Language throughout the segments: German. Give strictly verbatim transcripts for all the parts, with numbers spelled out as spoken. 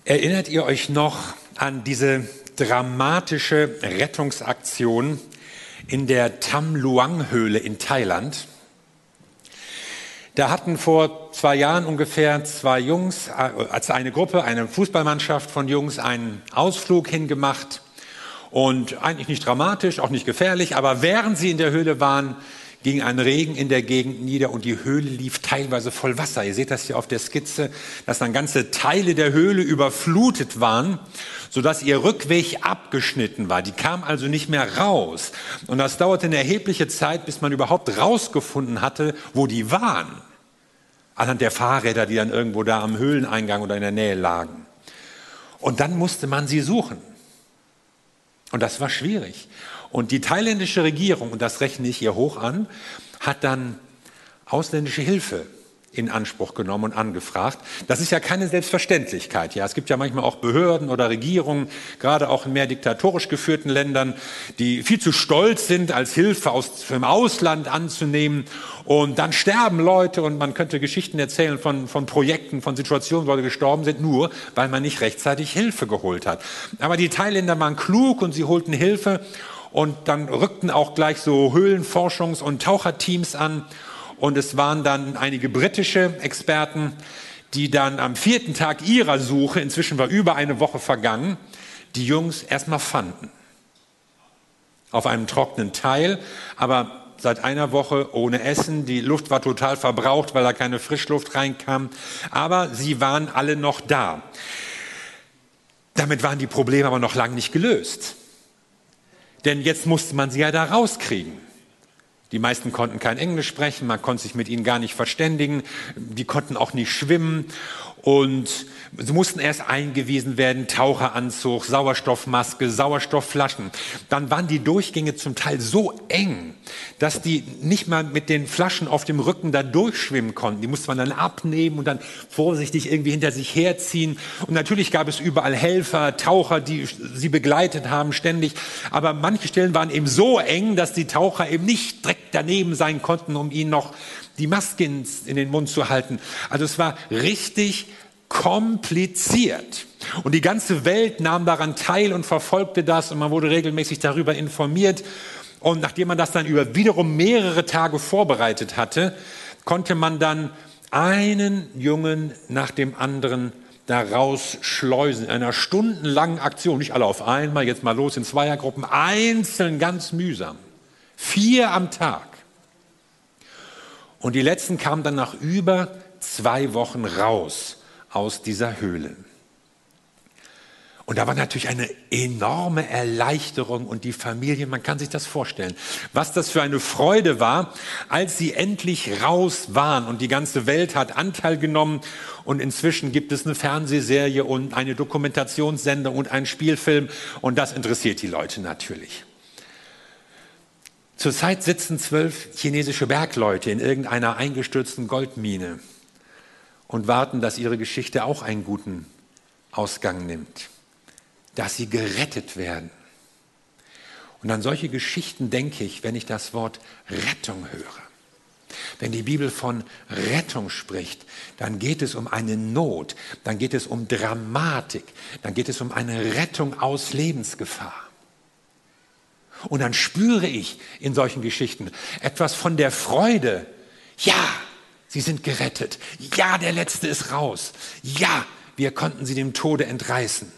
Erinnert ihr euch noch an diese dramatische Rettungsaktion in der Tham Luang-Höhle in Thailand? Da hatten vor zwei Jahren ungefähr zwei Jungs, also eine Gruppe, eine Fußballmannschaft von Jungs, einen Ausflug hingemacht. Und eigentlich nicht dramatisch, auch nicht gefährlich, aber während sie in der Höhle waren, ging ein Regen in der Gegend nieder und die Höhle lief teilweise voll Wasser. Ihr seht das hier auf der Skizze, dass dann ganze Teile der Höhle überflutet waren, sodass ihr Rückweg abgeschnitten war. Die kam also nicht mehr raus. Und das dauerte eine erhebliche Zeit, bis man überhaupt rausgefunden hatte, wo die waren. Anhand der Fahrräder, die dann irgendwo da am Höhleneingang oder in der Nähe lagen. Und dann musste man sie suchen. Und das war schwierig. Und die thailändische Regierung, und das rechne ich hier hoch an, hat dann ausländische Hilfe in Anspruch genommen und angefragt. Das ist ja keine Selbstverständlichkeit. Ja, es gibt ja manchmal auch Behörden oder Regierungen, gerade auch in mehr diktatorisch geführten Ländern, die viel zu stolz sind, als Hilfe aus dem Ausland anzunehmen. Und dann sterben Leute und man könnte Geschichten erzählen von, von Projekten, von Situationen, wo Leute gestorben sind, nur weil man nicht rechtzeitig Hilfe geholt hat. Aber die Thailänder waren klug und sie holten Hilfe und dann rückten auch gleich so Höhlenforschungs- und Taucherteams an. Und es waren dann einige britische Experten, die dann am vierten Tag ihrer Suche, inzwischen war über eine Woche vergangen, die Jungs erstmal fanden. Auf einem trockenen Teil, aber seit einer Woche ohne Essen. Die Luft war total verbraucht, weil da keine Frischluft reinkam. Aber sie waren alle noch da. Damit waren die Probleme aber noch lange nicht gelöst. Denn jetzt musste man sie ja da rauskriegen. Die meisten konnten kein Englisch sprechen, man konnte sich mit ihnen gar nicht verständigen, die konnten auch nicht schwimmen und sie mussten erst eingewiesen werden, Taucheranzug, Sauerstoffmaske, Sauerstoffflaschen. Dann waren die Durchgänge zum Teil so eng, dass die nicht mal mit den Flaschen auf dem Rücken da durchschwimmen konnten. Die musste man dann abnehmen und dann vorsichtig irgendwie hinter sich herziehen. Und natürlich gab es überall Helfer, Taucher, die sie begleitet haben ständig. Aber manche Stellen waren eben so eng, dass die Taucher eben nicht direkt daneben sein konnten, um ihnen noch die Maske in den Mund zu halten. Also es war richtig kompliziert. Und die ganze Welt nahm daran teil und verfolgte das und man wurde regelmäßig darüber informiert. Und nachdem man das dann über wiederum mehrere Tage vorbereitet hatte, konnte man dann einen Jungen nach dem anderen da rausschleusen. In einer stundenlangen Aktion, nicht alle auf einmal, jetzt mal los in Zweiergruppen, einzeln ganz mühsam. Vier am Tag. Und die letzten kamen dann nach über zwei Wochen raus aus dieser Höhle. Und da war natürlich eine enorme Erleichterung und die Familie, man kann sich das vorstellen, was das für eine Freude war, als sie endlich raus waren und die ganze Welt hat Anteil genommen und inzwischen gibt es eine Fernsehserie und eine Dokumentationssendung und einen Spielfilm und das interessiert die Leute natürlich. Zurzeit sitzen zwölf chinesische Bergleute in irgendeiner eingestürzten Goldmine und warten, dass ihre Geschichte auch einen guten Ausgang nimmt, dass sie gerettet werden. Und an solche Geschichten denke ich, wenn ich das Wort Rettung höre. Wenn die Bibel von Rettung spricht, dann geht es um eine Not, dann geht es um Dramatik, dann geht es um eine Rettung aus Lebensgefahr. Und dann spüre ich in solchen Geschichten etwas von der Freude. Ja, sie sind gerettet. Ja, der Letzte ist raus. Ja, wir konnten sie dem Tode entreißen.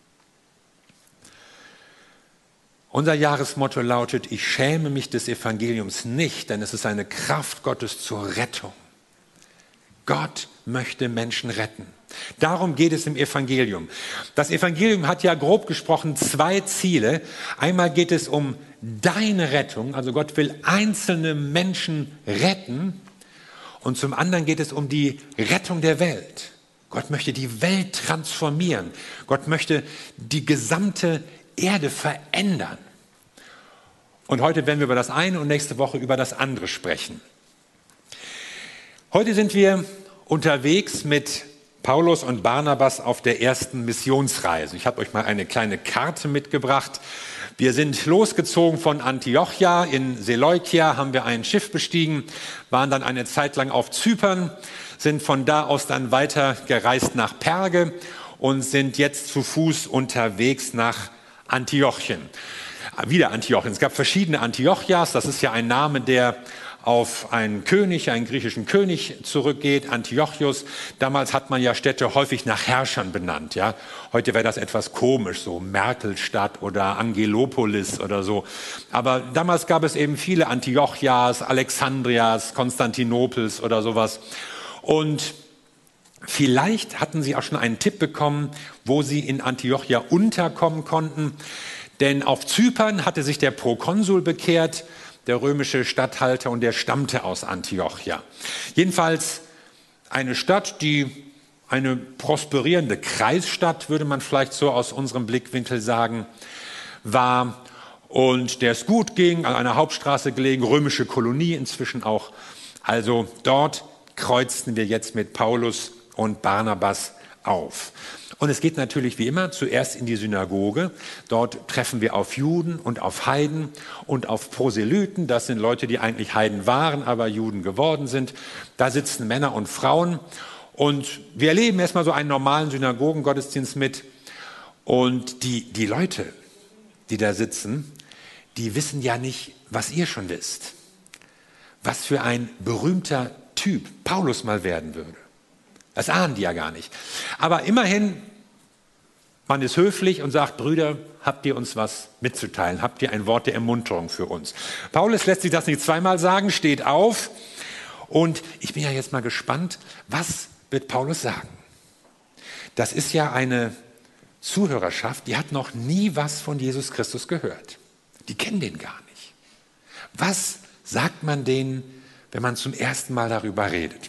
Unser Jahresmotto lautet, ich schäme mich des Evangeliums nicht, denn es ist eine Kraft Gottes zur Rettung. Gott möchte Menschen retten. Darum geht es im Evangelium. Das Evangelium hat ja grob gesprochen zwei Ziele. Einmal geht es um deine Rettung, also Gott will einzelne Menschen retten. Und zum anderen geht es um die Rettung der Welt. Gott möchte die Welt transformieren. Gott möchte die gesamte Erde verändern. Und heute werden wir über das eine und nächste Woche über das andere sprechen. Heute sind wir unterwegs mit Paulus und Barnabas auf der ersten Missionsreise. Ich habe euch mal eine kleine Karte mitgebracht. Wir sind losgezogen von Antiochia. In Seleukia haben wir ein Schiff bestiegen, waren dann eine Zeit lang auf Zypern, sind von da aus dann weiter gereist nach Perge und sind jetzt zu Fuß unterwegs nach Antiochien. Wieder Antiochien. Es gab verschiedene Antiochias. Das ist ja ein Name, der auf einen König, einen griechischen König zurückgeht, Antiochus. Damals hat man ja Städte häufig nach Herrschern benannt. Ja? Heute wäre das etwas komisch, so Merkelstadt oder Angelopolis oder so. Aber damals gab es eben viele Antiochias, Alexandrias, Konstantinopels oder sowas. Und vielleicht hatten Sie auch schon einen Tipp bekommen, wo Sie in Antiochia unterkommen konnten. Denn auf Zypern hatte sich der Prokonsul bekehrt, der römische Statthalter, und der stammte aus Antiochia. Jedenfalls eine Stadt, die eine prosperierende Kreisstadt, würde man vielleicht so aus unserem Blickwinkel sagen, war und der es gut ging, an einer Hauptstraße gelegen, römische Kolonie inzwischen auch. Also dort kreuzten wir jetzt mit Paulus und Barnabas auf. Und es geht natürlich wie immer zuerst in die Synagoge. Dort treffen wir auf Juden und auf Heiden und auf Proselyten. Das sind Leute, die eigentlich Heiden waren, aber Juden geworden sind. Da sitzen Männer und Frauen. Und wir erleben erstmal so einen normalen Synagogengottesdienst mit. Und die, die Leute, die da sitzen, die wissen ja nicht, was ihr schon wisst. Was für ein berühmter Typ Paulus mal werden würde. Das ahnen die ja gar nicht. Aber immerhin, man ist höflich und sagt, Brüder, habt ihr uns was mitzuteilen? Habt ihr ein Wort der Ermunterung für uns? Paulus lässt sich das nicht zweimal sagen, steht auf. Und ich bin ja jetzt mal gespannt, was wird Paulus sagen? Das ist ja eine Zuhörerschaft, die hat noch nie was von Jesus Christus gehört. Die kennen den gar nicht. Was sagt man denen, wenn man zum ersten Mal darüber redet?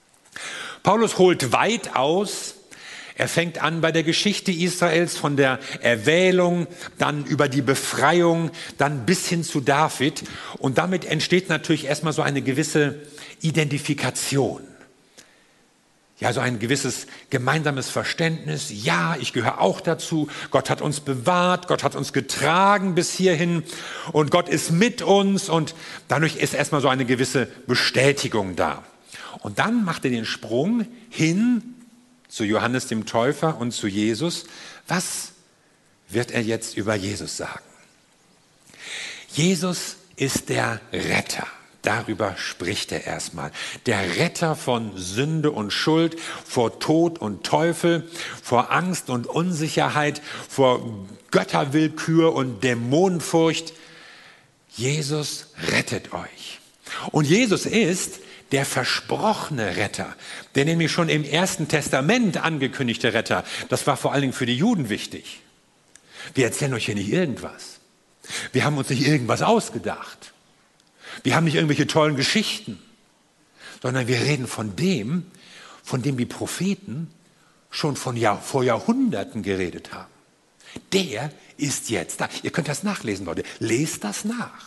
Paulus holt weit aus. Er fängt an bei der Geschichte Israels, von der Erwählung, dann über die Befreiung, dann bis hin zu David. Und damit entsteht natürlich erstmal so eine gewisse Identifikation. Ja, so ein gewisses gemeinsames Verständnis. Ja, ich gehöre auch dazu. Gott hat uns bewahrt, Gott hat uns getragen bis hierhin und Gott ist mit uns. Und dadurch ist erstmal so eine gewisse Bestätigung da. Und dann macht er den Sprung hin zu Johannes dem Täufer und zu Jesus. Was wird er jetzt über Jesus sagen? Jesus ist der Retter. Darüber spricht er erstmal. Der Retter von Sünde und Schuld, vor Tod und Teufel, vor Angst und Unsicherheit, vor Götterwillkür und Dämonenfurcht. Jesus rettet euch. Und Jesus ist der versprochene Retter, der nämlich schon im Ersten Testament angekündigte Retter. Das war vor allen Dingen für die Juden wichtig. Wir erzählen euch hier nicht irgendwas. Wir haben uns nicht irgendwas ausgedacht. Wir haben nicht irgendwelche tollen Geschichten, sondern wir reden von dem, von dem die Propheten schon von Jahr, vor Jahrhunderten geredet haben. Der ist jetzt da. Ihr könnt das nachlesen, Leute. Lest das nach.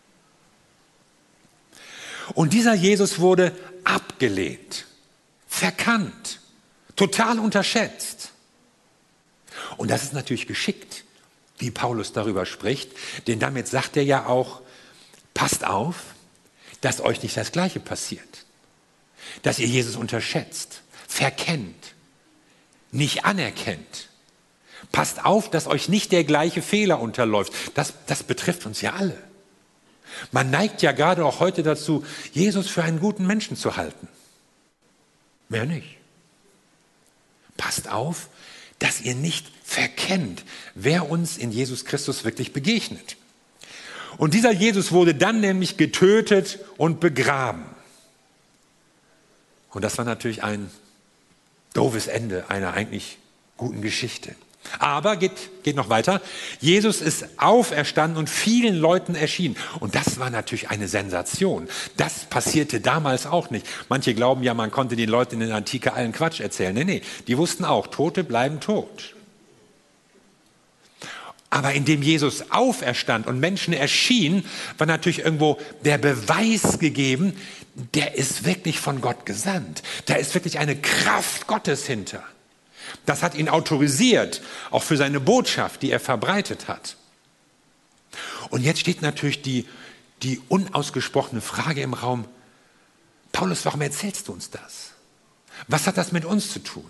Und dieser Jesus wurde abgelehnt, verkannt, total unterschätzt. Und das ist natürlich geschickt, wie Paulus darüber spricht, denn damit sagt er ja auch, passt auf, dass euch nicht das Gleiche passiert, dass ihr Jesus unterschätzt, verkennt, nicht anerkennt. Passt auf, dass euch nicht der gleiche Fehler unterläuft. Das, das betrifft uns ja alle. Man neigt ja gerade auch heute dazu, Jesus für einen guten Menschen zu halten. Mehr nicht. Passt auf, dass ihr nicht verkennt, wer uns in Jesus Christus wirklich begegnet. Und dieser Jesus wurde dann nämlich getötet und begraben. Und das war natürlich ein doofes Ende einer eigentlich guten Geschichte. Aber geht, geht noch weiter. Jesus ist auferstanden und vielen Leuten erschienen. Und das war natürlich eine Sensation. Das passierte damals auch nicht. Manche glauben ja, man konnte den Leuten in der Antike allen Quatsch erzählen. Nee, nee, die wussten auch, Tote bleiben tot. Aber indem Jesus auferstand und Menschen erschien, war natürlich irgendwo der Beweis gegeben, der ist wirklich von Gott gesandt. Da ist wirklich eine Kraft Gottes hinter. Das hat ihn autorisiert, auch für seine Botschaft, die er verbreitet hat. Und jetzt steht natürlich die, die unausgesprochene Frage im Raum, Paulus, warum erzählst du uns das? Was hat das mit uns zu tun?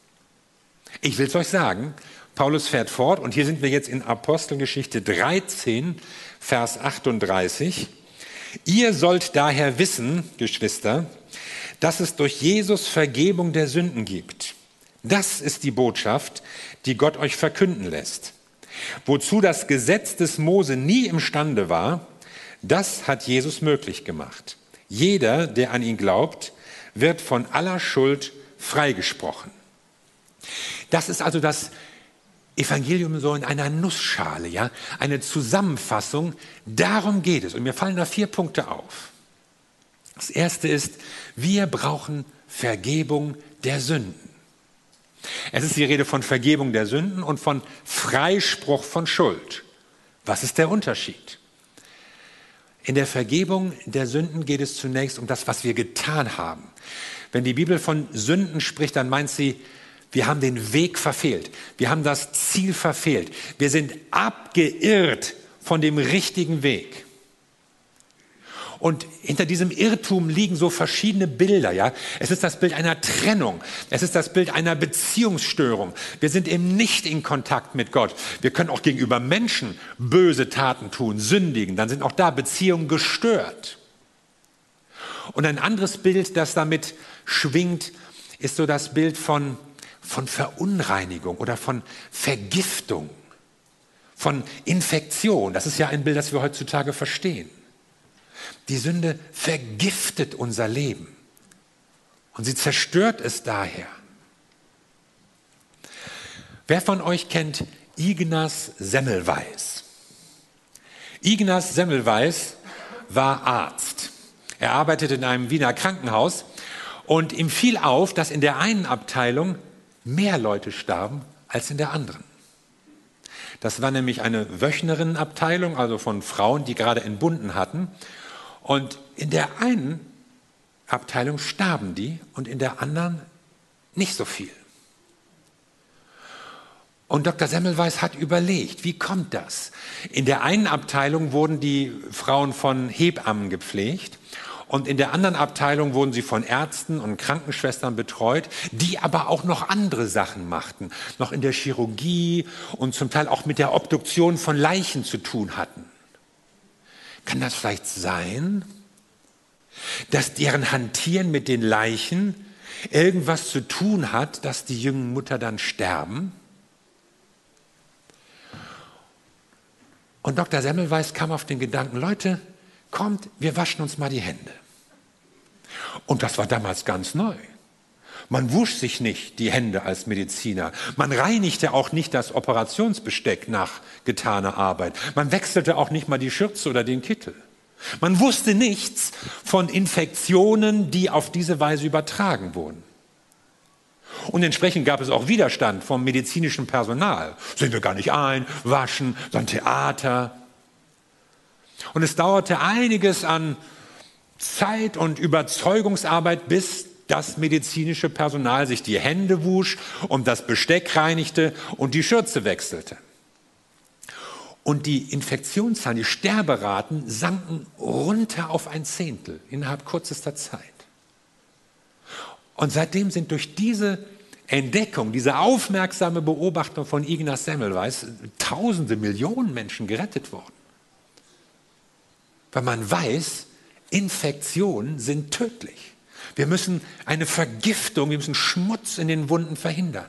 Ich will es euch sagen, Paulus fährt fort und hier sind wir jetzt in Apostelgeschichte dreizehn, Vers achtunddreißig. Ihr sollt daher wissen, Geschwister, dass es durch Jesus Vergebung der Sünden gibt. Das ist die Botschaft, die Gott euch verkünden lässt. Wozu das Gesetz des Mose nie imstande war, das hat Jesus möglich gemacht. Jeder, der an ihn glaubt, wird von aller Schuld freigesprochen. Das ist also das Evangelium so in einer Nussschale, ja, eine Zusammenfassung. Darum geht es. Und mir fallen da vier Punkte auf. Das erste ist, wir brauchen Vergebung der Sünden. Es ist die Rede von Vergebung der Sünden und von Freispruch von Schuld. Was ist der Unterschied? In der Vergebung der Sünden geht es zunächst um das, was wir getan haben. Wenn die Bibel von Sünden spricht, dann meint sie, wir haben den Weg verfehlt. Wir haben das Ziel verfehlt. Wir sind abgeirrt von dem richtigen Weg. Und hinter diesem Irrtum liegen so verschiedene Bilder. Ja? Es ist das Bild einer Trennung. Es ist das Bild einer Beziehungsstörung. Wir sind eben nicht in Kontakt mit Gott. Wir können auch gegenüber Menschen böse Taten tun, sündigen. Dann sind auch da Beziehungen gestört. Und ein anderes Bild, das damit schwingt, ist so das Bild von, von Verunreinigung oder von Vergiftung, von Infektion. Das ist ja ein Bild, das wir heutzutage verstehen. Die Sünde vergiftet unser Leben und sie zerstört es daher. Wer von euch kennt Ignaz Semmelweis? Ignaz Semmelweis war Arzt. Er arbeitete in einem Wiener Krankenhaus und ihm fiel auf, dass in der einen Abteilung mehr Leute starben als in der anderen. Das war nämlich eine Wöchnerinnenabteilung, also von Frauen, die gerade entbunden hatten. Und in der einen Abteilung starben die und in der anderen nicht so viel. Und Doktor Semmelweis hat überlegt, wie kommt das? In der einen Abteilung wurden die Frauen von Hebammen gepflegt und in der anderen Abteilung wurden sie von Ärzten und Krankenschwestern betreut, die aber auch noch andere Sachen machten, noch in der Chirurgie und zum Teil auch mit der Obduktion von Leichen zu tun hatten. Kann das vielleicht sein, dass deren Hantieren mit den Leichen irgendwas zu tun hat, dass die jungen Mütter dann sterben? Und Doktor Semmelweis kam auf den Gedanken, Leute, kommt, wir waschen uns mal die Hände. Und das war damals ganz neu. Man wusch sich nicht die Hände als Mediziner. Man reinigte auch nicht das Operationsbesteck nach getaner Arbeit. Man wechselte auch nicht mal die Schürze oder den Kittel. Man wusste nichts von Infektionen, die auf diese Weise übertragen wurden. Und entsprechend gab es auch Widerstand vom medizinischen Personal. Sehen wir gar nicht ein, waschen, so ein Theater. Und es dauerte einiges an Zeit und Überzeugungsarbeit, bis das medizinische Personal sich die Hände wusch und das Besteck reinigte und die Schürze wechselte. Und die Infektionszahlen, die Sterberaten sanken runter auf ein Zehntel innerhalb kürzester Zeit. Und seitdem sind durch diese Entdeckung, diese aufmerksame Beobachtung von Ignaz Semmelweis Tausende, Millionen Menschen gerettet worden. Weil man weiß, Infektionen sind tödlich. Wir müssen eine Vergiftung, wir müssen Schmutz in den Wunden verhindern.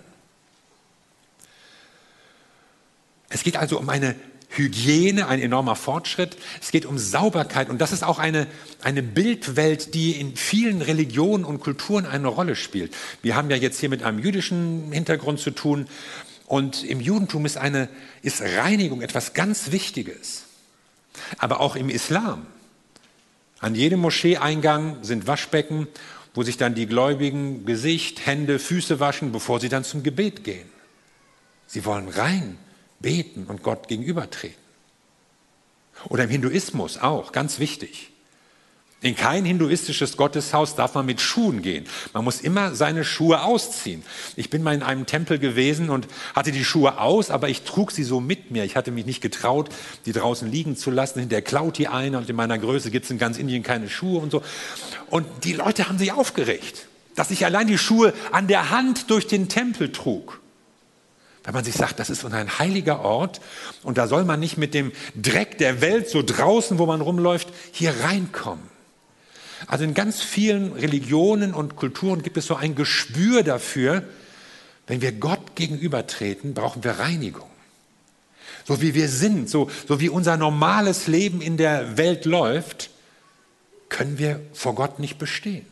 Es geht also um eine Hygiene, ein enormer Fortschritt. Es geht um Sauberkeit und das ist auch eine, eine Bildwelt, die in vielen Religionen und Kulturen eine Rolle spielt. Wir haben ja jetzt hier mit einem jüdischen Hintergrund zu tun und im Judentum ist, eine, ist Reinigung etwas ganz Wichtiges. Aber auch im Islam. An jedem Moscheeeingang sind Waschbecken, wo sich dann die Gläubigen Gesicht, Hände, Füße waschen, bevor sie dann zum Gebet gehen. Sie wollen rein beten und Gott gegenübertreten. Oder im Hinduismus auch, ganz wichtig. In kein hinduistisches Gotteshaus darf man mit Schuhen gehen. Man muss immer seine Schuhe ausziehen. Ich bin mal in einem Tempel gewesen und hatte die Schuhe aus, aber ich trug sie so mit mir. Ich hatte mich nicht getraut, die draußen liegen zu lassen. Hinterher klaut die eine und in meiner Größe gibt es in ganz Indien keine Schuhe und so. Und die Leute haben sich aufgeregt, dass ich allein die Schuhe an der Hand durch den Tempel trug. Weil man sich sagt, das ist ein heiliger Ort und da soll man nicht mit dem Dreck der Welt so draußen, wo man rumläuft, hier reinkommen. Also in ganz vielen Religionen und Kulturen gibt es so ein Gespür dafür, wenn wir Gott gegenübertreten, brauchen wir Reinigung. So wie wir sind, so, so wie unser normales Leben in der Welt läuft, können wir vor Gott nicht bestehen.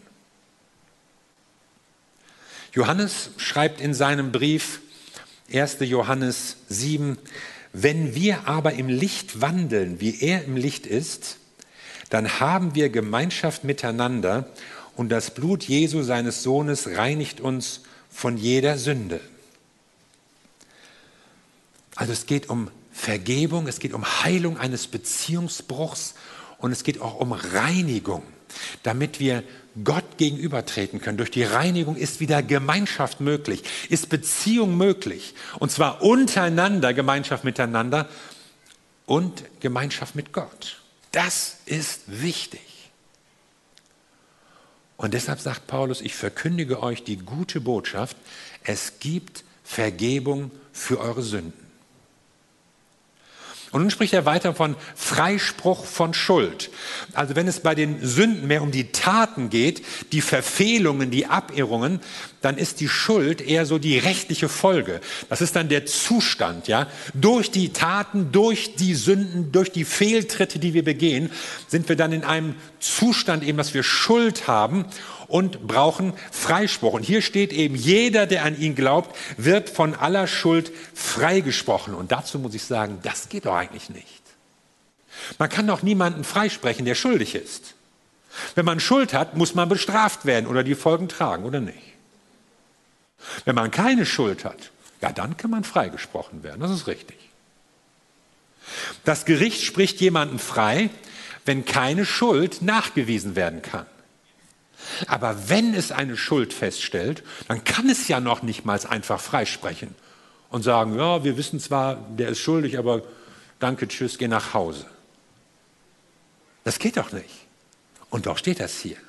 Johannes schreibt in seinem Brief, erster Johannes sieben, wenn wir aber im Licht wandeln, wie er im Licht ist, dann haben wir Gemeinschaft miteinander und das Blut Jesu, seines Sohnes, reinigt uns von jeder Sünde. Also es geht um Vergebung, es geht um Heilung eines Beziehungsbruchs und es geht auch um Reinigung, damit wir Gott gegenübertreten können. Durch die Reinigung ist wieder Gemeinschaft möglich, ist Beziehung möglich. Und zwar untereinander, Gemeinschaft miteinander und Gemeinschaft mit Gott. Das ist wichtig. Und deshalb sagt Paulus, ich verkündige euch die gute Botschaft, es gibt Vergebung für eure Sünden. Und nun spricht er weiter von Freispruch von Schuld. Also wenn es bei den Sünden mehr um die Taten geht, die Verfehlungen, die Abirrungen, dann ist die Schuld eher so die rechtliche Folge. Das ist dann der Zustand, ja. Durch die Taten, durch die Sünden, durch die Fehltritte, die wir begehen, sind wir dann in einem Zustand eben, dass wir Schuld haben und brauchen Freispruch. Und hier steht eben, jeder, der an ihn glaubt, wird von aller Schuld freigesprochen. Und dazu muss ich sagen, das geht doch eigentlich nicht. Man kann doch niemanden freisprechen, der schuldig ist. Wenn man Schuld hat, muss man bestraft werden oder die Folgen tragen, oder nicht? Wenn man keine Schuld hat, ja, dann kann man freigesprochen werden. Das ist richtig. Das Gericht spricht jemanden frei, wenn keine Schuld nachgewiesen werden kann. Aber wenn es eine Schuld feststellt, dann kann es ja noch nicht mal einfach freisprechen und sagen, ja, wir wissen zwar, der ist schuldig, aber danke, tschüss, geh nach Hause. Das geht doch nicht. Und doch steht das hier.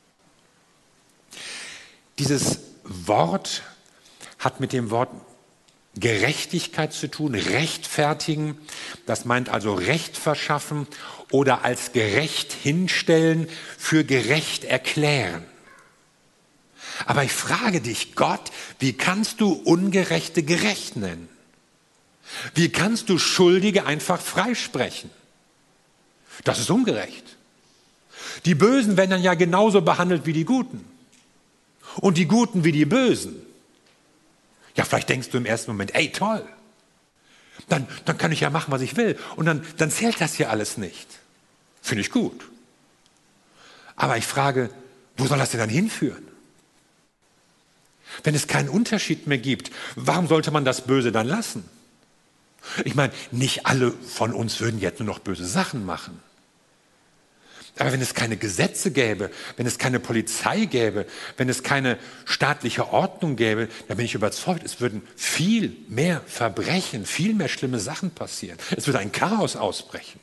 Dieses Wort hat mit dem Wort Gerechtigkeit zu tun, rechtfertigen, das meint also Recht verschaffen oder als gerecht hinstellen, für gerecht erklären. Aber ich frage dich, Gott, wie kannst du Ungerechte gerecht nennen? Wie kannst du Schuldige einfach freisprechen? Das ist ungerecht. Die Bösen werden dann ja genauso behandelt wie die Guten. Und die Guten wie die Bösen. Ja, vielleicht denkst du im ersten Moment, ey, toll. Dann, dann kann ich ja machen, was ich will. Und dann, dann zählt das hier alles nicht. Finde ich gut. Aber ich frage, wo soll das denn dann hinführen? Wenn es keinen Unterschied mehr gibt, warum sollte man das Böse dann lassen? Ich meine, nicht alle von uns würden jetzt nur noch böse Sachen machen. Aber wenn es keine Gesetze gäbe, wenn es keine Polizei gäbe, wenn es keine staatliche Ordnung gäbe, dann bin ich überzeugt, es würden viel mehr Verbrechen, viel mehr schlimme Sachen passieren. Es würde ein Chaos ausbrechen.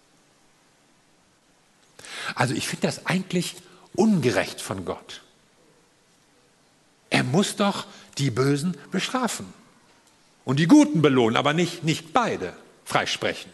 Also ich finde das eigentlich ungerecht von Gott. Er muss doch die Bösen bestrafen und die Guten belohnen, aber nicht, nicht beide freisprechen.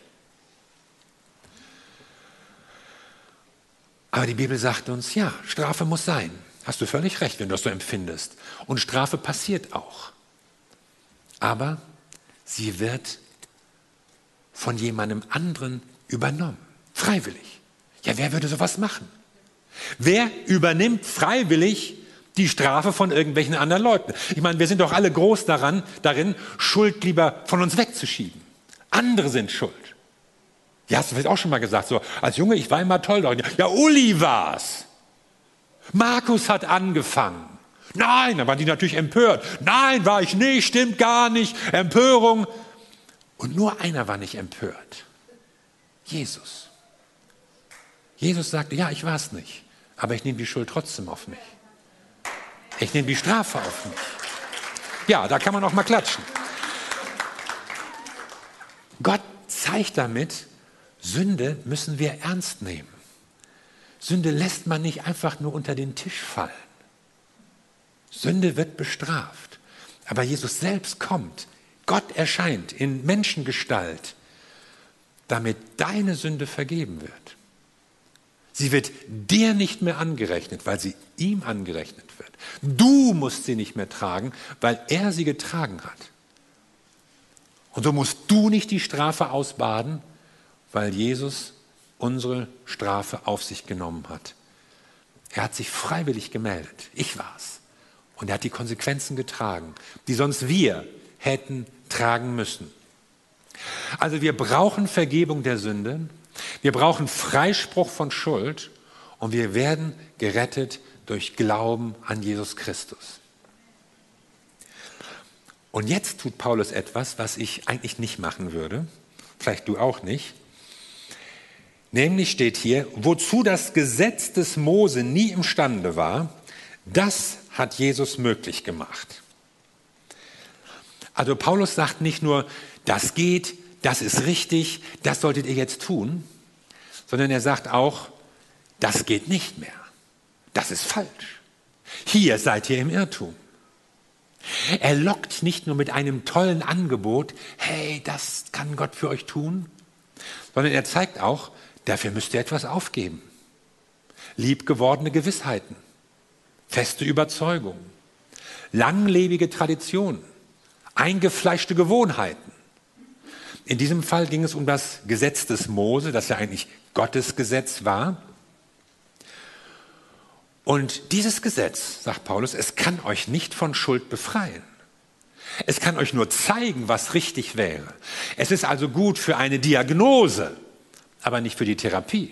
Aber die Bibel sagt uns, ja, Strafe muss sein. Hast du völlig recht, wenn du das so empfindest. Und Strafe passiert auch. Aber sie wird von jemandem anderen übernommen. Freiwillig. Ja, wer würde sowas machen? Wer übernimmt freiwillig die Strafe von irgendwelchen anderen Leuten? Ich meine, wir sind doch alle groß daran, darin, Schuld lieber von uns wegzuschieben. Andere sind schuld. Ja, hast du vielleicht auch schon mal gesagt, so als Junge, ich war immer toll. Ja, Uli war's. Markus hat angefangen. Nein, da waren die natürlich empört. Nein, war ich nicht, stimmt gar nicht. Empörung. Und nur einer war nicht empört. Jesus. Jesus sagte, ja, ich war es nicht, aber ich nehme die Schuld trotzdem auf mich. Ich nehme die Strafe auf mich. Ja, da kann man auch mal klatschen. Gott zeigt damit, Sünde müssen wir ernst nehmen. Sünde lässt man nicht einfach nur unter den Tisch fallen. Sünde wird bestraft. Aber Jesus selbst kommt, Gott erscheint in Menschengestalt, damit deine Sünde vergeben wird. Sie wird dir nicht mehr angerechnet, weil sie ihm angerechnet wird. Du musst sie nicht mehr tragen, weil er sie getragen hat. Und so musst du nicht die Strafe ausbaden, weil Jesus unsere Strafe auf sich genommen hat. Er hat sich freiwillig gemeldet. Ich war's. Und er hat die Konsequenzen getragen, die sonst wir hätten tragen müssen. Also wir brauchen Vergebung der Sünde, wir brauchen Freispruch von Schuld und wir werden gerettet durch Glauben an Jesus Christus. Und jetzt tut Paulus etwas, was ich eigentlich nicht machen würde, vielleicht du auch nicht. Nämlich steht hier, wozu das Gesetz des Mose nie imstande war, das hat Jesus möglich gemacht. Also Paulus sagt nicht nur, das geht, das ist richtig, das solltet ihr jetzt tun, sondern er sagt auch, das geht nicht mehr. Das ist falsch. Hier seid ihr im Irrtum. Er lockt nicht nur mit einem tollen Angebot, hey, das kann Gott für euch tun, sondern er zeigt auch, dafür müsst ihr etwas aufgeben. Liebgewordene Gewissheiten, feste Überzeugungen, langlebige Traditionen, eingefleischte Gewohnheiten. In diesem Fall ging es um das Gesetz des Mose, das ja eigentlich Gottes Gesetz war. Und dieses Gesetz, sagt Paulus, es kann euch nicht von Schuld befreien. Es kann euch nur zeigen, was richtig wäre. Es ist also gut für eine Diagnose, aber nicht für die Therapie.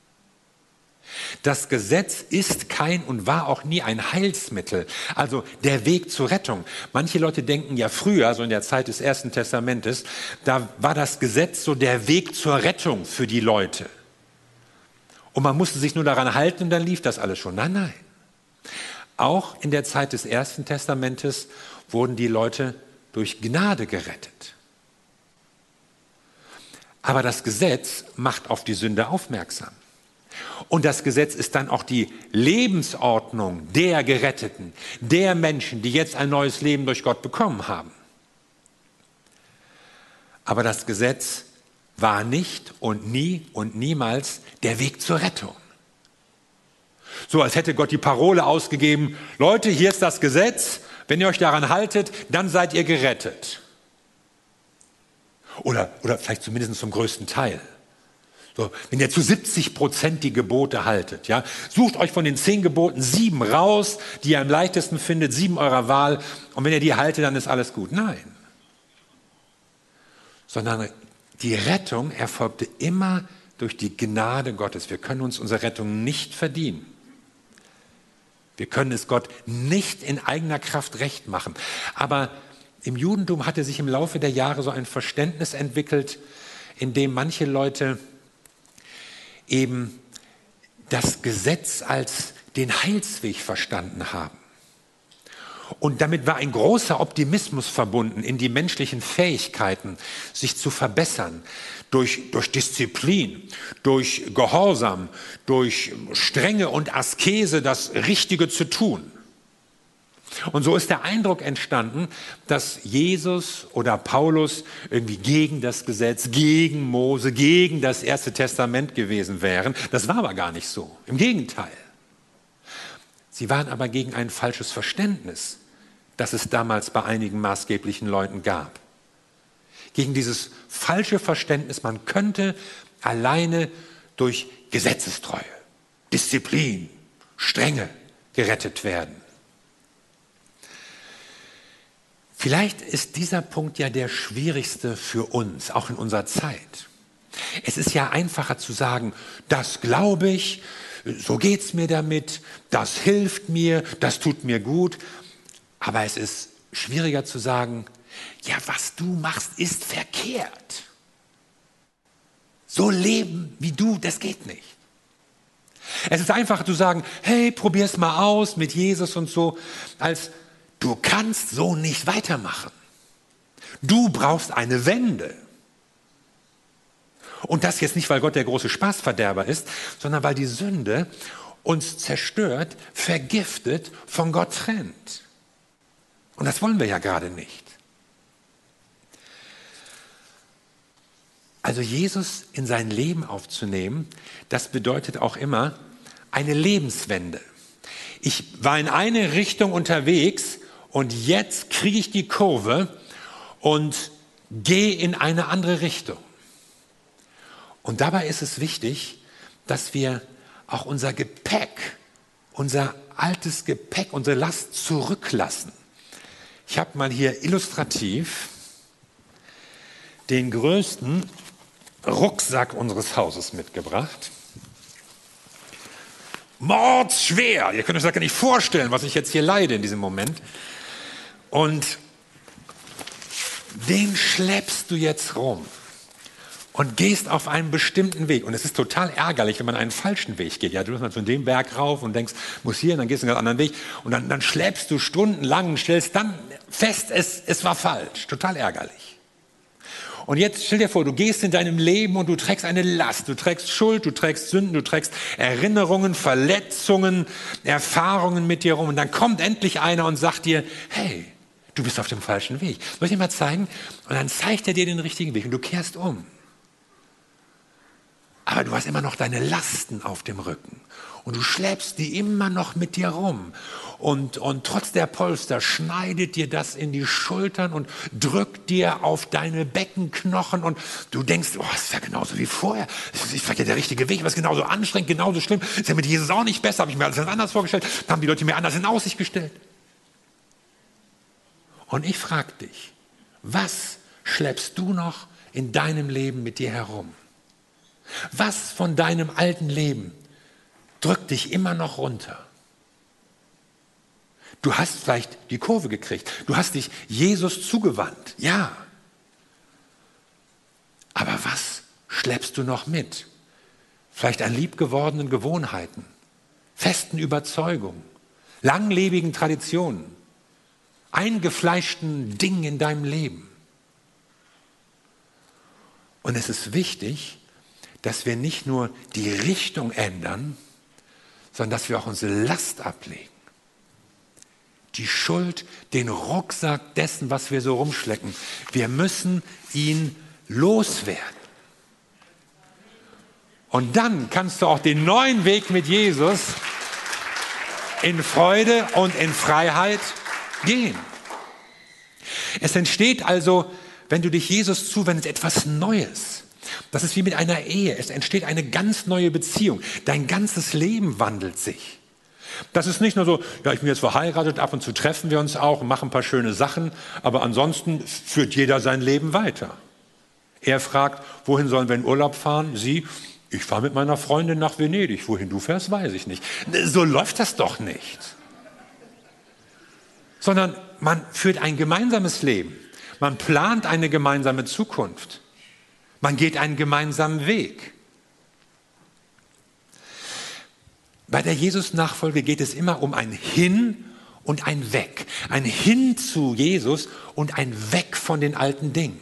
Das Gesetz ist kein und war auch nie ein Heilsmittel, also der Weg zur Rettung. Manche Leute denken ja früher, so in der Zeit des Ersten Testamentes, da war das Gesetz so der Weg zur Rettung für die Leute. Und man musste sich nur daran halten und dann lief das alles schon. Nein, nein. Auch in der Zeit des Ersten Testamentes wurden die Leute durch Gnade gerettet. Aber das Gesetz macht auf die Sünde aufmerksam. Und das Gesetz ist dann auch die Lebensordnung der Geretteten, der Menschen, die jetzt ein neues Leben durch Gott bekommen haben. Aber das Gesetz war nicht und nie und niemals der Weg zur Rettung. So als hätte Gott die Parole ausgegeben, Leute, hier ist das Gesetz, wenn ihr euch daran haltet, dann seid ihr gerettet. Oder, oder vielleicht zumindest zum größten Teil. So, wenn ihr zu siebzig Prozent die Gebote haltet, ja, sucht euch von den zehn Geboten sieben raus, die ihr am leichtesten findet, sieben eurer Wahl, und wenn ihr die haltet, dann ist alles gut. Nein. Sondern die Rettung erfolgte immer durch die Gnade Gottes. Wir können uns unsere Rettung nicht verdienen. Wir können es Gott nicht in eigener Kraft recht machen. Aber im Judentum hatte sich im Laufe der Jahre so ein Verständnis entwickelt, in dem manche Leute eben das Gesetz als den Heilsweg verstanden haben. Und damit war ein großer Optimismus verbunden in die menschlichen Fähigkeiten, sich zu verbessern, durch, durch Disziplin, durch Gehorsam, durch Strenge und Askese das Richtige zu tun. Und so ist der Eindruck entstanden, dass Jesus oder Paulus irgendwie gegen das Gesetz, gegen Mose, gegen das Erste Testament gewesen wären. Das war aber gar nicht so. Im Gegenteil. Sie waren aber gegen ein falsches Verständnis, das es damals bei einigen maßgeblichen Leuten gab. Gegen dieses falsche Verständnis, man könnte alleine durch Gesetzestreue, Disziplin, Strenge gerettet werden. Vielleicht ist dieser Punkt ja der schwierigste für uns, auch in unserer Zeit. Es ist ja einfacher zu sagen, das glaube ich, so geht es mir damit, das hilft mir, das tut mir gut. Aber es ist schwieriger zu sagen, ja, was du machst, ist verkehrt. So leben wie du, das geht nicht. Es ist einfacher zu sagen, hey, probier's mal aus mit Jesus und so, als du kannst so nicht weitermachen. Du brauchst eine Wende. Und das jetzt nicht, weil Gott der große Spaßverderber ist, sondern weil die Sünde uns zerstört, vergiftet, von Gott trennt. Und das wollen wir ja gerade nicht. Also Jesus in sein Leben aufzunehmen, das bedeutet auch immer eine Lebenswende. Ich war in eine Richtung unterwegs und jetzt kriege ich die Kurve und gehe in eine andere Richtung. Und dabei ist es wichtig, dass wir auch unser Gepäck, unser altes Gepäck, unsere Last zurücklassen. Ich habe mal hier illustrativ den größten Rucksack unseres Hauses mitgebracht. Mordsschwer. Ihr könnt euch das gar nicht vorstellen, was ich jetzt hier leide in diesem Moment. Und den schleppst du jetzt rum und gehst auf einen bestimmten Weg. Und es ist total ärgerlich, wenn man einen falschen Weg geht. Ja, du musst mal zu dem Berg rauf und denkst, muss hier, und dann gehst du einen ganz anderen Weg. Und dann, dann schleppst du stundenlang und stellst dann fest, es, es war falsch. Total ärgerlich. Und jetzt stell dir vor, du gehst in deinem Leben und du trägst eine Last, du trägst Schuld, du trägst Sünden, du trägst Erinnerungen, Verletzungen, Erfahrungen mit dir rum. Und dann kommt endlich einer und sagt dir, hey, du bist auf dem falschen Weg. Soll ich dir mal zeigen? Und dann zeigt er dir den richtigen Weg und du kehrst um. Aber du hast immer noch deine Lasten auf dem Rücken. Und du schleppst die immer noch mit dir rum. Und, und trotz der Polster schneidet dir das in die Schultern und drückt dir auf deine Beckenknochen. Und du denkst, oh, das ist ja genauso wie vorher. Das ist ja der richtige Weg, was genauso anstrengend, genauso schlimm. Das ist ja mit Jesus auch nicht besser, habe ich mir alles anders vorgestellt. Da haben die Leute mir anders in Aussicht gestellt. Und ich frage dich, was schleppst du noch in deinem Leben mit dir herum? Was von deinem alten Leben drückt dich immer noch runter? Du hast vielleicht die Kurve gekriegt. Du hast dich Jesus zugewandt. Ja. Aber was schleppst du noch mit? Vielleicht an liebgewordenen Gewohnheiten, festen Überzeugungen, langlebigen Traditionen, eingefleischten Dingen in deinem Leben. Und es ist wichtig, dass wir nicht nur die Richtung ändern, sondern dass wir auch unsere Last ablegen. Die Schuld, den Rucksack dessen, was wir so rumschleppen. Wir müssen ihn loswerden. Und dann kannst du auch den neuen Weg mit Jesus in Freude und in Freiheit gehen. Es entsteht also, wenn du dich Jesus zuwendest, etwas Neues. Das ist wie mit einer Ehe. Es entsteht eine ganz neue Beziehung. Dein ganzes Leben wandelt sich. Das ist nicht nur so, ja, ich bin jetzt verheiratet, ab und zu treffen wir uns auch und machen ein paar schöne Sachen, aber ansonsten führt jeder sein Leben weiter. Er fragt, wohin sollen wir in Urlaub fahren? Sie, ich fahre mit meiner Freundin nach Venedig. Wohin du fährst, weiß ich nicht. So läuft das doch nicht. Sondern man führt ein gemeinsames Leben. Man plant eine gemeinsame Zukunft. Man geht einen gemeinsamen Weg. Bei der Jesus-Nachfolge geht es immer um ein Hin und ein Weg. Ein Hin zu Jesus und ein Weg von den alten Dingen.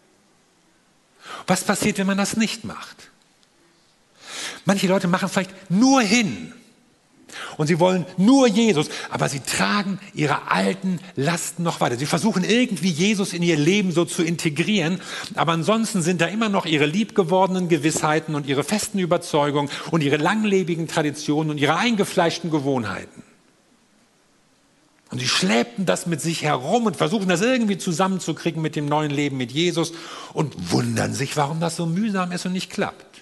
Was passiert, wenn man das nicht macht? Manche Leute machen vielleicht nur hin. Und sie wollen nur Jesus, aber sie tragen ihre alten Lasten noch weiter. Sie versuchen irgendwie Jesus in ihr Leben so zu integrieren, aber ansonsten sind da immer noch ihre liebgewordenen Gewissheiten und ihre festen Überzeugungen und ihre langlebigen Traditionen und ihre eingefleischten Gewohnheiten. Und sie schleppen das mit sich herum und versuchen das irgendwie zusammenzukriegen mit dem neuen Leben mit Jesus und wundern sich, warum das so mühsam ist und nicht klappt.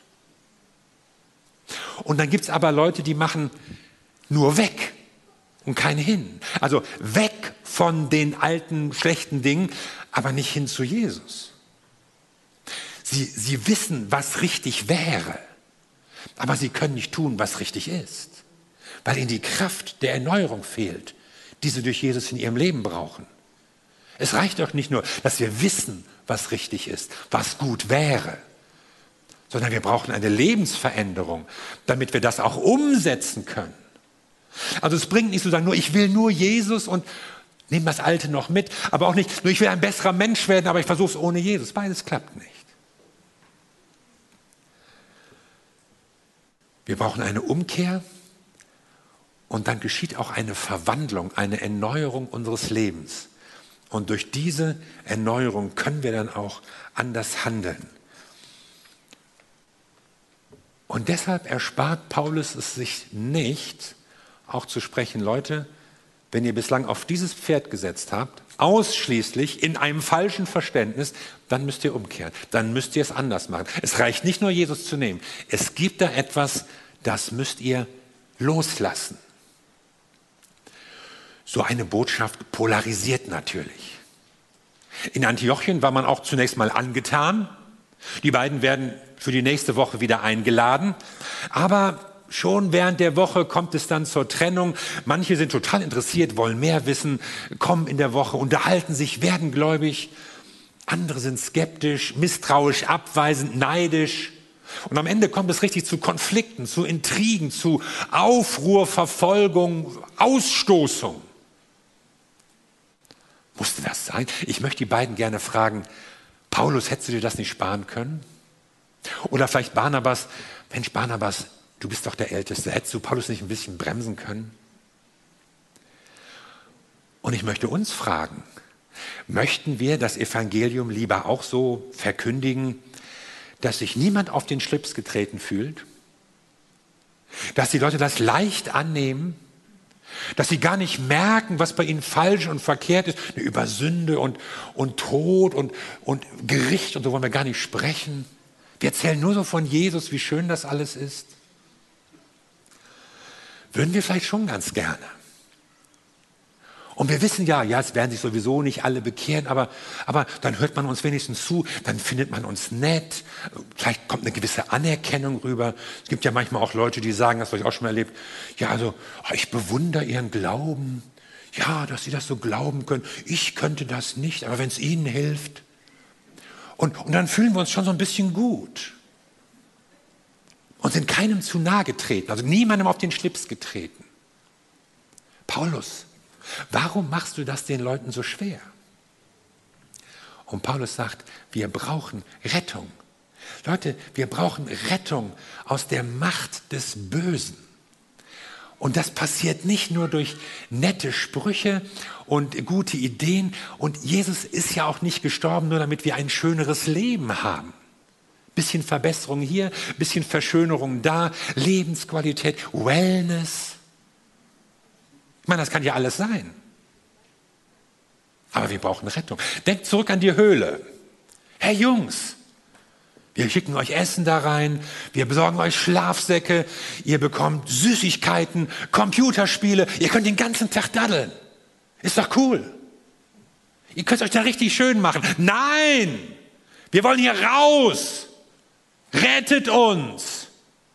Und dann gibt es aber Leute, die machen nur weg und kein Hin. Also weg von den alten, schlechten Dingen, aber nicht hin zu Jesus. Sie, sie wissen, was richtig wäre, aber sie können nicht tun, was richtig ist, weil ihnen die Kraft der Erneuerung fehlt, die sie durch Jesus in ihrem Leben brauchen. Es reicht doch nicht nur, dass wir wissen, was richtig ist, was gut wäre, sondern wir brauchen eine Lebensveränderung, damit wir das auch umsetzen können. Also es bringt nicht zu sagen, nur ich will nur Jesus und nehme das Alte noch mit, aber auch nicht, nur ich will ein besserer Mensch werden, aber ich versuche es ohne Jesus. Beides klappt nicht. Wir brauchen eine Umkehr und dann geschieht auch eine Verwandlung, eine Erneuerung unseres Lebens. Und durch diese Erneuerung können wir dann auch anders handeln. Und deshalb erspart Paulus es sich nicht, auch zu sprechen, Leute, wenn ihr bislang auf dieses Pferd gesetzt habt, ausschließlich in einem falschen Verständnis, dann müsst ihr umkehren, dann müsst ihr es anders machen. Es reicht nicht nur, Jesus zu nehmen. Es gibt da etwas, das müsst ihr loslassen. So eine Botschaft polarisiert natürlich. In Antiochien war man auch zunächst mal angetan. Die beiden werden für die nächste Woche wieder eingeladen. Aber schon während der Woche kommt es dann zur Trennung. Manche sind total interessiert, wollen mehr wissen, kommen in der Woche, unterhalten sich, werden gläubig. Andere sind skeptisch, misstrauisch, abweisend, neidisch. Und am Ende kommt es richtig zu Konflikten, zu Intrigen, zu Aufruhr, Verfolgung, Ausstoßung. Musste das sein? Ich möchte die beiden gerne fragen, Paulus, hättest du dir das nicht sparen können? Oder vielleicht Barnabas, Mensch Barnabas, du bist doch der Älteste, hättest du Paulus nicht ein bisschen bremsen können? Und ich möchte uns fragen, möchten wir das Evangelium lieber auch so verkündigen, dass sich niemand auf den Schlips getreten fühlt? Dass die Leute das leicht annehmen? Dass sie gar nicht merken, was bei ihnen falsch und verkehrt ist? Über Sünde und, und Tod und, und Gericht und so wollen wir gar nicht sprechen. Wir erzählen nur so von Jesus, wie schön das alles ist. Würden wir vielleicht schon ganz gerne. Und wir wissen ja, ja, es werden sich sowieso nicht alle bekehren, aber, aber dann hört man uns wenigstens zu, dann findet man uns nett, vielleicht kommt eine gewisse Anerkennung rüber. Es gibt ja manchmal auch Leute, die sagen, das habe ich auch schon mal erlebt, ja, also ich bewundere ihren Glauben, ja, dass sie das so glauben können. Ich könnte das nicht, aber wenn es ihnen hilft. Und, und dann fühlen wir uns schon so ein bisschen gut und sind keinem zu nahe getreten, also niemandem auf den Schlips getreten. Paulus, warum machst du das den Leuten so schwer? Und Paulus sagt, wir brauchen Rettung. Leute, wir brauchen Rettung aus der Macht des Bösen. Und das passiert nicht nur durch nette Sprüche und gute Ideen. Und Jesus ist ja auch nicht gestorben, nur damit wir ein schöneres Leben haben. Bisschen Verbesserung hier, bisschen Verschönerung da, Lebensqualität, Wellness. Ich meine, das kann ja alles sein. Aber wir brauchen Rettung. Denkt zurück an die Höhle. Hey Jungs, wir schicken euch Essen da rein, wir besorgen euch Schlafsäcke, ihr bekommt Süßigkeiten, Computerspiele, ihr könnt den ganzen Tag daddeln. Ist doch cool. Ihr könnt es euch da richtig schön machen. Nein, wir wollen hier raus. Rettet uns.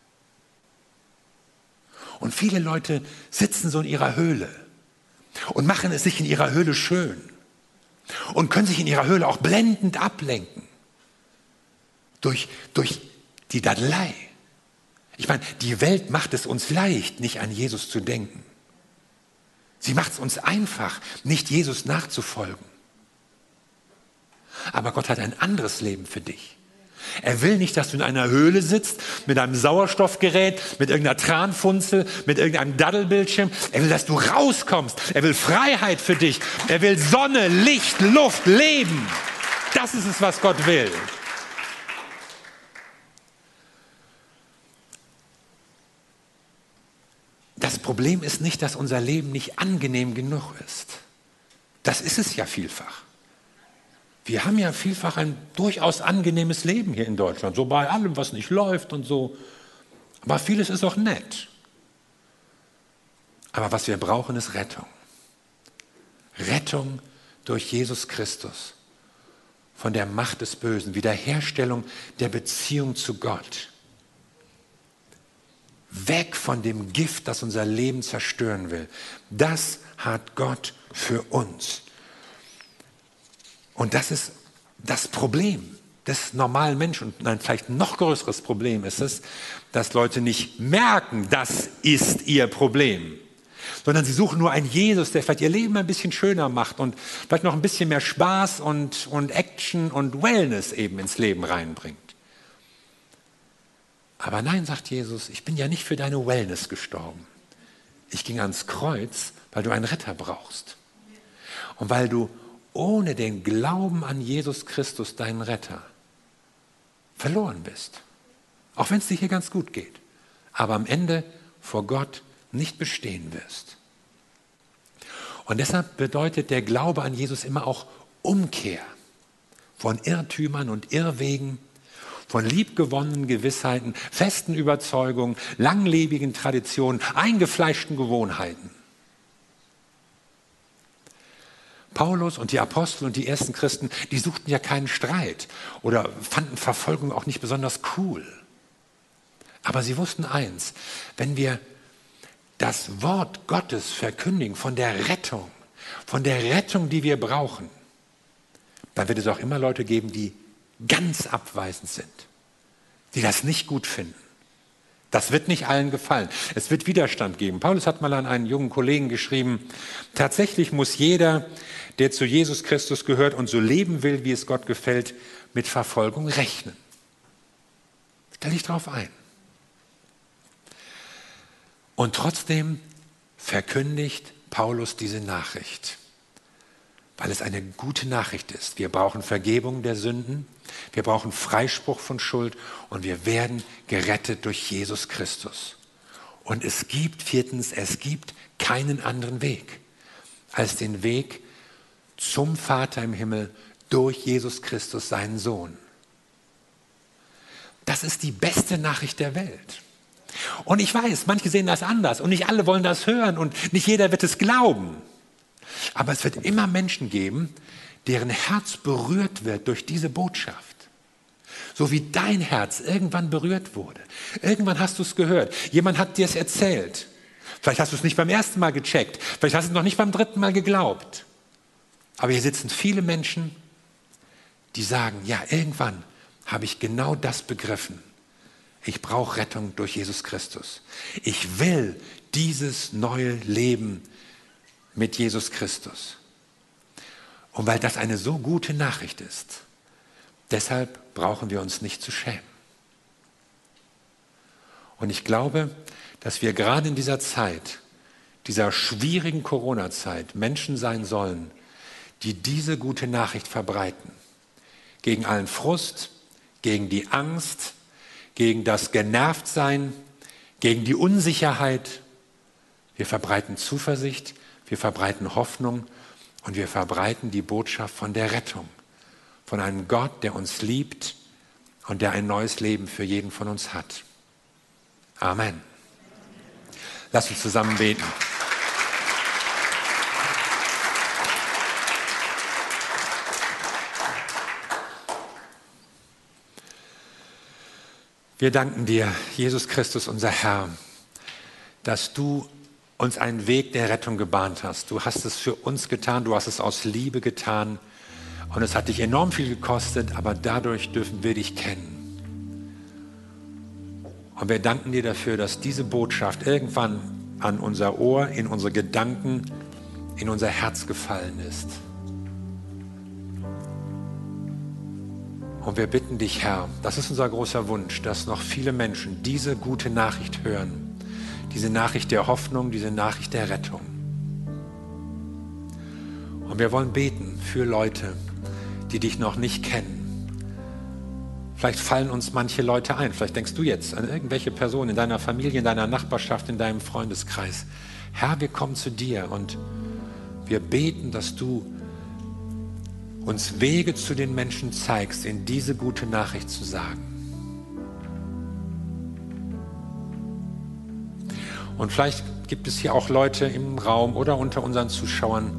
Und viele Leute sitzen so in ihrer Höhle und machen es sich in ihrer Höhle schön und können sich in ihrer Höhle auch blendend ablenken durch, durch die Daddelei. Ich meine, die Welt macht es uns leicht, nicht an Jesus zu denken. Sie macht es uns einfach, nicht Jesus nachzufolgen. Aber Gott hat ein anderes Leben für dich. Er will nicht, dass du in einer Höhle sitzt, mit einem Sauerstoffgerät, mit irgendeiner Tranfunzel, mit irgendeinem Daddelbildschirm. Er will, dass du rauskommst. Er will Freiheit für dich. Er will Sonne, Licht, Luft, Leben. Das ist es, was Gott will. Das Problem ist nicht, dass unser Leben nicht angenehm genug ist. Das ist es ja vielfach. Wir haben ja vielfach ein durchaus angenehmes Leben hier in Deutschland, so bei allem, was nicht läuft und so. Aber vieles ist auch nett. Aber was wir brauchen, ist Rettung. Rettung durch Jesus Christus von der Macht des Bösen, Wiederherstellung der Beziehung zu Gott. Weg von dem Gift, das unser Leben zerstören will. Das hat Gott für uns. Und das ist das Problem des normalen Menschen. Und ein vielleicht noch größeres Problem ist es, dass Leute nicht merken, das ist ihr Problem, sondern sie suchen nur einen Jesus, der vielleicht ihr Leben ein bisschen schöner macht und vielleicht noch ein bisschen mehr Spaß und, und Action und Wellness eben ins Leben reinbringt. Aber nein, sagt Jesus, ich bin ja nicht für deine Wellness gestorben. Ich ging ans Kreuz, weil du einen Retter brauchst. Und weil du ohne den Glauben an Jesus Christus, deinen Retter, verloren bist. Auch wenn es dir hier ganz gut geht. Aber am Ende vor Gott nicht bestehen wirst. Und deshalb bedeutet der Glaube an Jesus immer auch Umkehr von Irrtümern und Irrwegen, von liebgewonnenen Gewissheiten, festen Überzeugungen, langlebigen Traditionen, eingefleischten Gewohnheiten. Paulus und die Apostel und die ersten Christen, die suchten ja keinen Streit oder fanden Verfolgung auch nicht besonders cool. Aber sie wussten eins, wenn wir das Wort Gottes verkündigen von der Rettung, von der Rettung, die wir brauchen, dann wird es auch immer Leute geben, die ganz abweisend sind, die das nicht gut finden. Das wird nicht allen gefallen. Es wird Widerstand geben. Paulus hat mal an einen jungen Kollegen geschrieben, tatsächlich muss jeder, der zu Jesus Christus gehört und so leben will, wie es Gott gefällt, mit Verfolgung rechnen. Stell dich darauf ein. Und trotzdem verkündigt Paulus diese Nachricht, weil es eine gute Nachricht ist. Wir brauchen Vergebung der Sünden, wir brauchen Freispruch von Schuld und wir werden gerettet durch Jesus Christus. Und es gibt, viertens, es gibt keinen anderen Weg als den Weg zum Vater im Himmel durch Jesus Christus, seinen Sohn. Das ist die beste Nachricht der Welt. Und ich weiß, manche sehen das anders und nicht alle wollen das hören und nicht jeder wird es glauben. Aber es wird immer Menschen geben, deren Herz berührt wird durch diese Botschaft. So wie dein Herz irgendwann berührt wurde. Irgendwann hast du es gehört. Jemand hat dir es erzählt. Vielleicht hast du es nicht beim ersten Mal gecheckt. Vielleicht hast du es noch nicht beim dritten Mal geglaubt. Aber hier sitzen viele Menschen, die sagen, ja, irgendwann habe ich genau das begriffen. Ich brauche Rettung durch Jesus Christus. Ich will dieses neue Leben mit Jesus Christus. Und weil das eine so gute Nachricht ist, deshalb brauchen wir uns nicht zu schämen. Und ich glaube, dass wir gerade in dieser Zeit, dieser schwierigen Corona-Zeit, Menschen sein sollen, die diese gute Nachricht verbreiten. Gegen allen Frust, gegen die Angst, gegen das Genervtsein, gegen die Unsicherheit. Wir verbreiten Zuversicht, wir verbreiten Hoffnung und wir verbreiten die Botschaft von der Rettung, von einem Gott, der uns liebt und der ein neues Leben für jeden von uns hat. Amen. Lass uns zusammen beten. Wir danken dir, Jesus Christus, unser Herr, dass du uns einen Weg der Rettung gebahnt hast. Du hast es für uns getan, du hast es aus Liebe getan und es hat dich enorm viel gekostet, aber dadurch dürfen wir dich kennen. Und wir danken dir dafür, dass diese Botschaft irgendwann an unser Ohr, in unsere Gedanken, in unser Herz gefallen ist. Und wir bitten dich, Herr, das ist unser großer Wunsch, dass noch viele Menschen diese gute Nachricht hören, diese Nachricht der Hoffnung, diese Nachricht der Rettung. Und wir wollen beten für Leute, die dich noch nicht kennen. Vielleicht fallen uns manche Leute ein, vielleicht denkst du jetzt an irgendwelche Personen in deiner Familie, in deiner Nachbarschaft, in deinem Freundeskreis. Herr, wir kommen zu dir und wir beten, dass du uns Wege zu den Menschen zeigst, ihnen diese gute Nachricht zu sagen. Und vielleicht gibt es hier auch Leute im Raum oder unter unseren Zuschauern,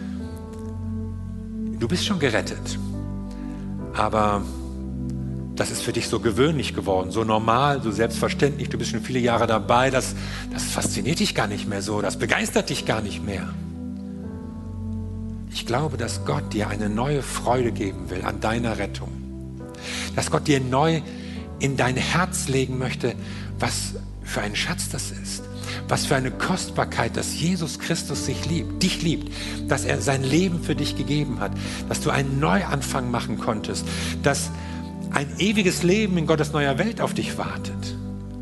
du bist schon gerettet, aber das ist für dich so gewöhnlich geworden, so normal, so selbstverständlich, du bist schon viele Jahre dabei, das, das fasziniert dich gar nicht mehr so, das begeistert dich gar nicht mehr. Ich glaube, dass Gott dir eine neue Freude geben will an deiner Rettung. Dass Gott dir neu in dein Herz legen möchte, was für ein Schatz das ist. Was für eine Kostbarkeit, dass Jesus Christus sich liebt, dich liebt, dass er sein Leben für dich gegeben hat, dass du einen Neuanfang machen konntest, dass ein ewiges Leben in Gottes neuer Welt auf dich wartet.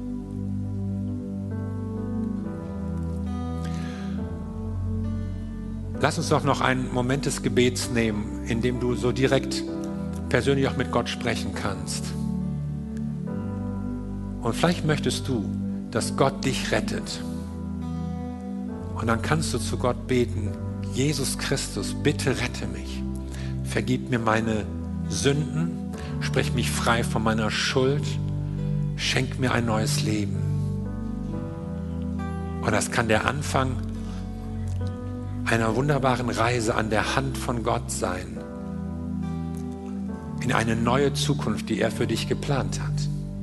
Lass uns doch noch einen Moment des Gebets nehmen, in dem du so direkt persönlich auch mit Gott sprechen kannst. Und vielleicht möchtest du, dass Gott dich rettet. Und dann kannst du zu Gott beten: Jesus Christus, bitte rette mich. Vergib mir meine Sünden, sprich mich frei von meiner Schuld, schenk mir ein neues Leben. Und das kann der Anfang einer wunderbaren Reise an der Hand von Gott sein. In eine neue Zukunft, die er für dich geplant hat.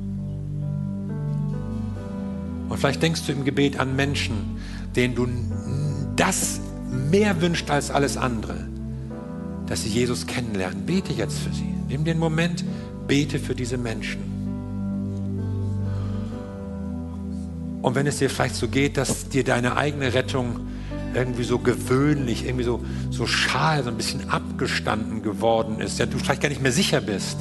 Und vielleicht denkst du im Gebet an Menschen, denen du das mehr wünschst als alles andere, dass sie Jesus kennenlernen. Bete jetzt für sie. Nimm den Moment, bete für diese Menschen. Und wenn es dir vielleicht so geht, dass dir deine eigene Rettung irgendwie so gewöhnlich, irgendwie so, so schal, so ein bisschen abgestanden geworden ist, ja, du vielleicht gar nicht mehr sicher bist,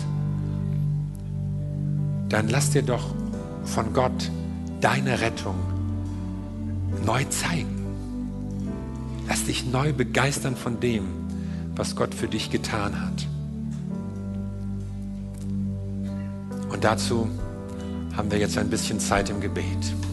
dann lass dir doch von Gott deine Rettung neu zeigen. Lass dich neu begeistern von dem, was Gott für dich getan hat. Und dazu haben wir jetzt ein bisschen Zeit im Gebet.